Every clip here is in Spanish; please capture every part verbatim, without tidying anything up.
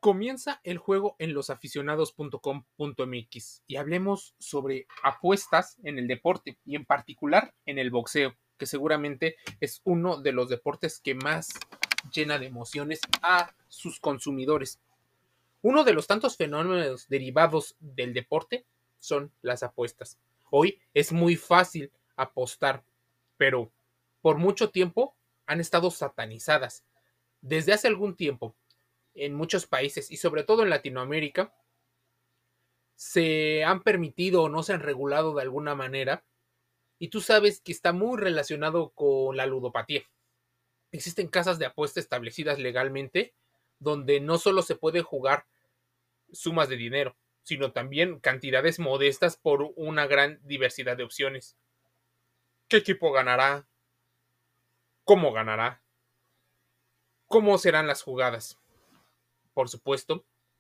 Comienza el juego en losaficionados punto com punto m x y hablemos sobre apuestas en el deporte y en particular en el boxeo, que seguramente es uno de los deportes que más llena de emociones a sus consumidores. Uno de los tantos fenómenos derivados del deporte son las apuestas. Hoy es muy fácil apostar, pero por mucho tiempo han estado satanizadas. Desde hace algún tiempo, en muchos países y sobre todo en Latinoamérica, se han permitido o no se han regulado de alguna manera, y tú sabes que está muy relacionado con la ludopatía. Existen casas de apuesta establecidas legalmente donde no solo se puede jugar sumas de dinero, sino también cantidades modestas por una gran diversidad de opciones. ¿Qué equipo ganará? ¿Cómo ganará? ¿Cómo serán las jugadas? Por supuesto,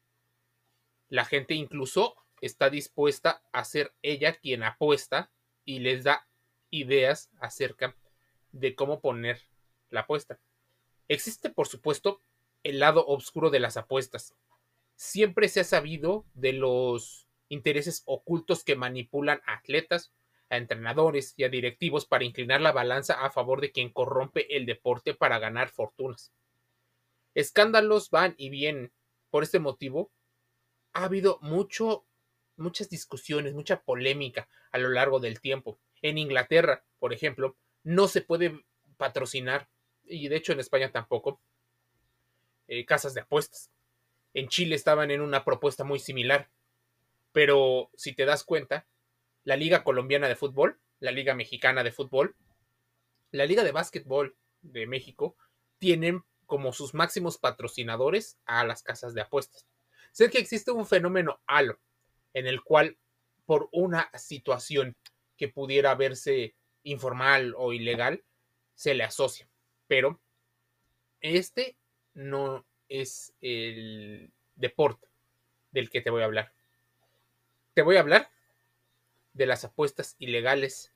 la gente incluso está dispuesta a ser ella quien apuesta y les da ideas acerca de cómo poner la apuesta. Existe, por supuesto, el lado oscuro de las apuestas. Siempre se ha sabido de los intereses ocultos que manipulan a atletas, a entrenadores y a directivos para inclinar la balanza a favor de quien corrompe el deporte para ganar fortunas. Escándalos van y vienen. Por este motivo, ha habido mucho, muchas discusiones, mucha polémica a lo largo del tiempo. En Inglaterra, por ejemplo, no se puede patrocinar, y de hecho en España tampoco, eh, casas de apuestas. En Chile estaban en una propuesta muy similar, pero si te das cuenta, la Liga Colombiana de Fútbol, la Liga Mexicana de Fútbol, la Liga de Básquetbol de México, tienen como sus máximos patrocinadores a las casas de apuestas. Sé que existe un fenómeno halo en el cual por una situación que pudiera verse informal o ilegal se le asocia, pero este no es el deporte del que te voy a hablar. Te voy a hablar de las apuestas ilegales,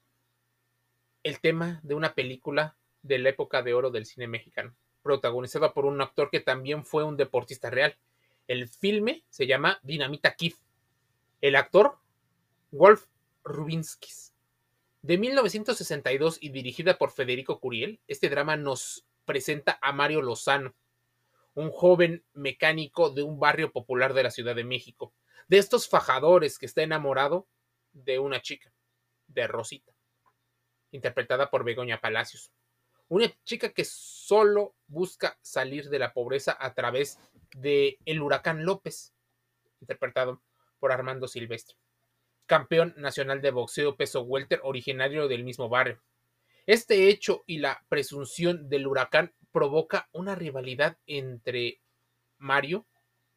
el tema de una película de la época de oro del cine mexicano, protagonizada por un actor que también fue un deportista real. El filme se llama Dinamita Kid. El actor, Wolf Rubinsky. De mil novecientos sesenta y dos y dirigida por Federico Curiel, este drama nos presenta a Mario Lozano, un joven mecánico de un barrio popular de la Ciudad de México, de estos fajadores que está enamorado de una chica, de Rosita, interpretada por Begoña Palacios. Una chica que solo busca salir de la pobreza a través de El Huracán López, interpretado por Armando Silvestre, campeón nacional de boxeo peso welter originario del mismo barrio. Este hecho y la presunción del huracán provoca una rivalidad entre Mario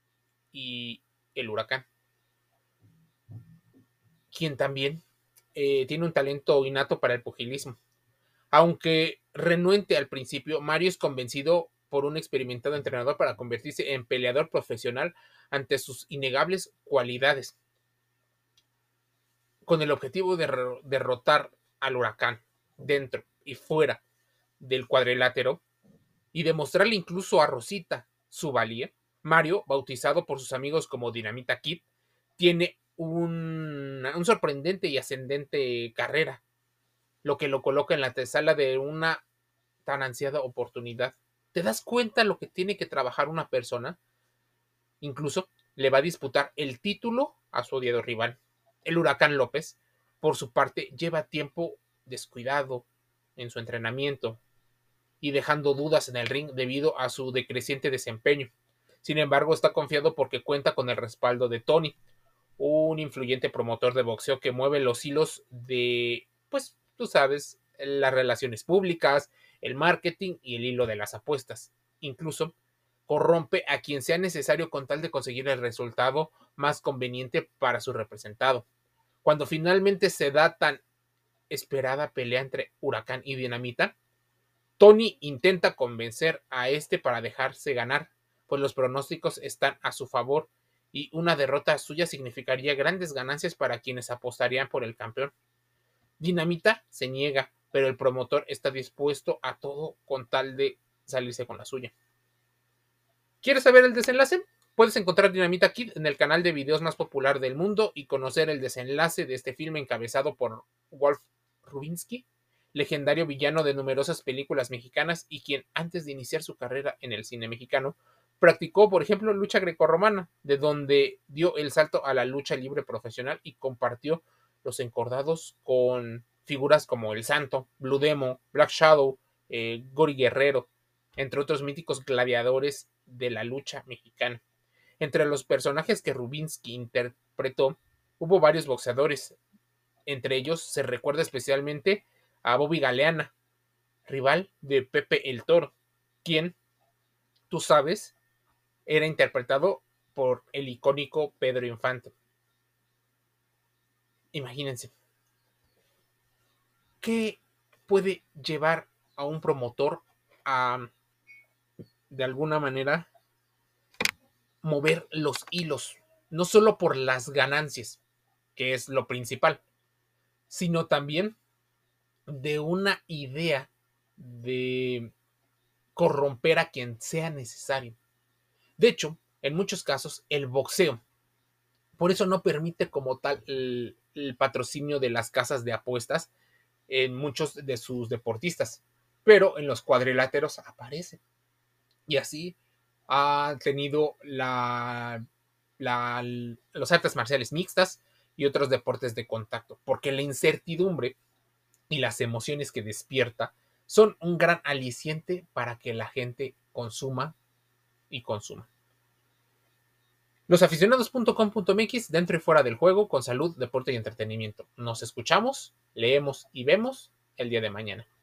y el huracán, quien también eh, tiene un talento innato para el pugilismo. Aunque renuente al principio, Mario es convencido por un experimentado entrenador para convertirse en peleador profesional ante sus innegables cualidades, con el objetivo de derrotar al huracán dentro y fuera del cuadrilátero y demostrarle incluso a Rosita su valía. Mario, bautizado por sus amigos como Dinamita Kid, tiene un, un sorprendente y ascendente carrera, lo que lo coloca en la antesala de una tan ansiada oportunidad. ¿Te das cuenta lo que tiene que trabajar una persona? Incluso le va a disputar el título a su odiado rival. El Huracán López, por su parte, lleva tiempo descuidado en su entrenamiento y dejando dudas en el ring debido a su decreciente desempeño. Sin embargo, está confiado porque cuenta con el respaldo de Tony, un influyente promotor de boxeo que mueve los hilos de, pues, tú sabes, las relaciones públicas, el marketing y el hilo de las apuestas. Incluso corrompe a quien sea necesario con tal de conseguir el resultado más conveniente para su representado. Cuando finalmente se da tan esperada pelea entre Huracán y Dinamita, Tony intenta convencer a este para dejarse ganar, pues los pronósticos están a su favor y una derrota suya significaría grandes ganancias para quienes apostarían por el campeón. Dinamita se niega, pero el promotor está dispuesto a todo con tal de salirse con la suya. ¿Quieres saber el desenlace? Puedes encontrar Dinamita Kid en el canal de videos más popular del mundo y conocer el desenlace de este filme encabezado por Wolf Rubinsky, legendario villano de numerosas películas mexicanas y quien, antes de iniciar su carrera en el cine mexicano, practicó, por ejemplo, lucha grecorromana, de donde dio el salto a la lucha libre profesional y compartió los encordados con figuras como El Santo, Blue Demo, Black Shadow, eh, Gori Guerrero, entre otros míticos gladiadores de la lucha mexicana. Entre los personajes que Rubinsky interpretó, hubo varios boxeadores. Entre ellos se recuerda especialmente a Bobby Galeana, rival de Pepe el Toro, quien, tú sabes, era interpretado por el icónico Pedro Infante. Imagínense, ¿qué puede llevar a un promotor a, de alguna manera, mover los hilos? No solo por las ganancias, que es lo principal, sino también de una idea de corromper a quien sea necesario. De hecho, en muchos casos, el boxeo, por eso no permite como tal el, el patrocinio de las casas de apuestas en muchos de sus deportistas, pero en los cuadriláteros aparece. Y así ha tenido la, la, los artes marciales mixtas y otros deportes de contacto, porque la incertidumbre y las emociones que despierta son un gran aliciente para que la gente consuma y consuma. Losaficionados punto com punto mx, dentro y fuera del juego, con salud, deporte y entretenimiento. Nos escuchamos, leemos y vemos el día de mañana.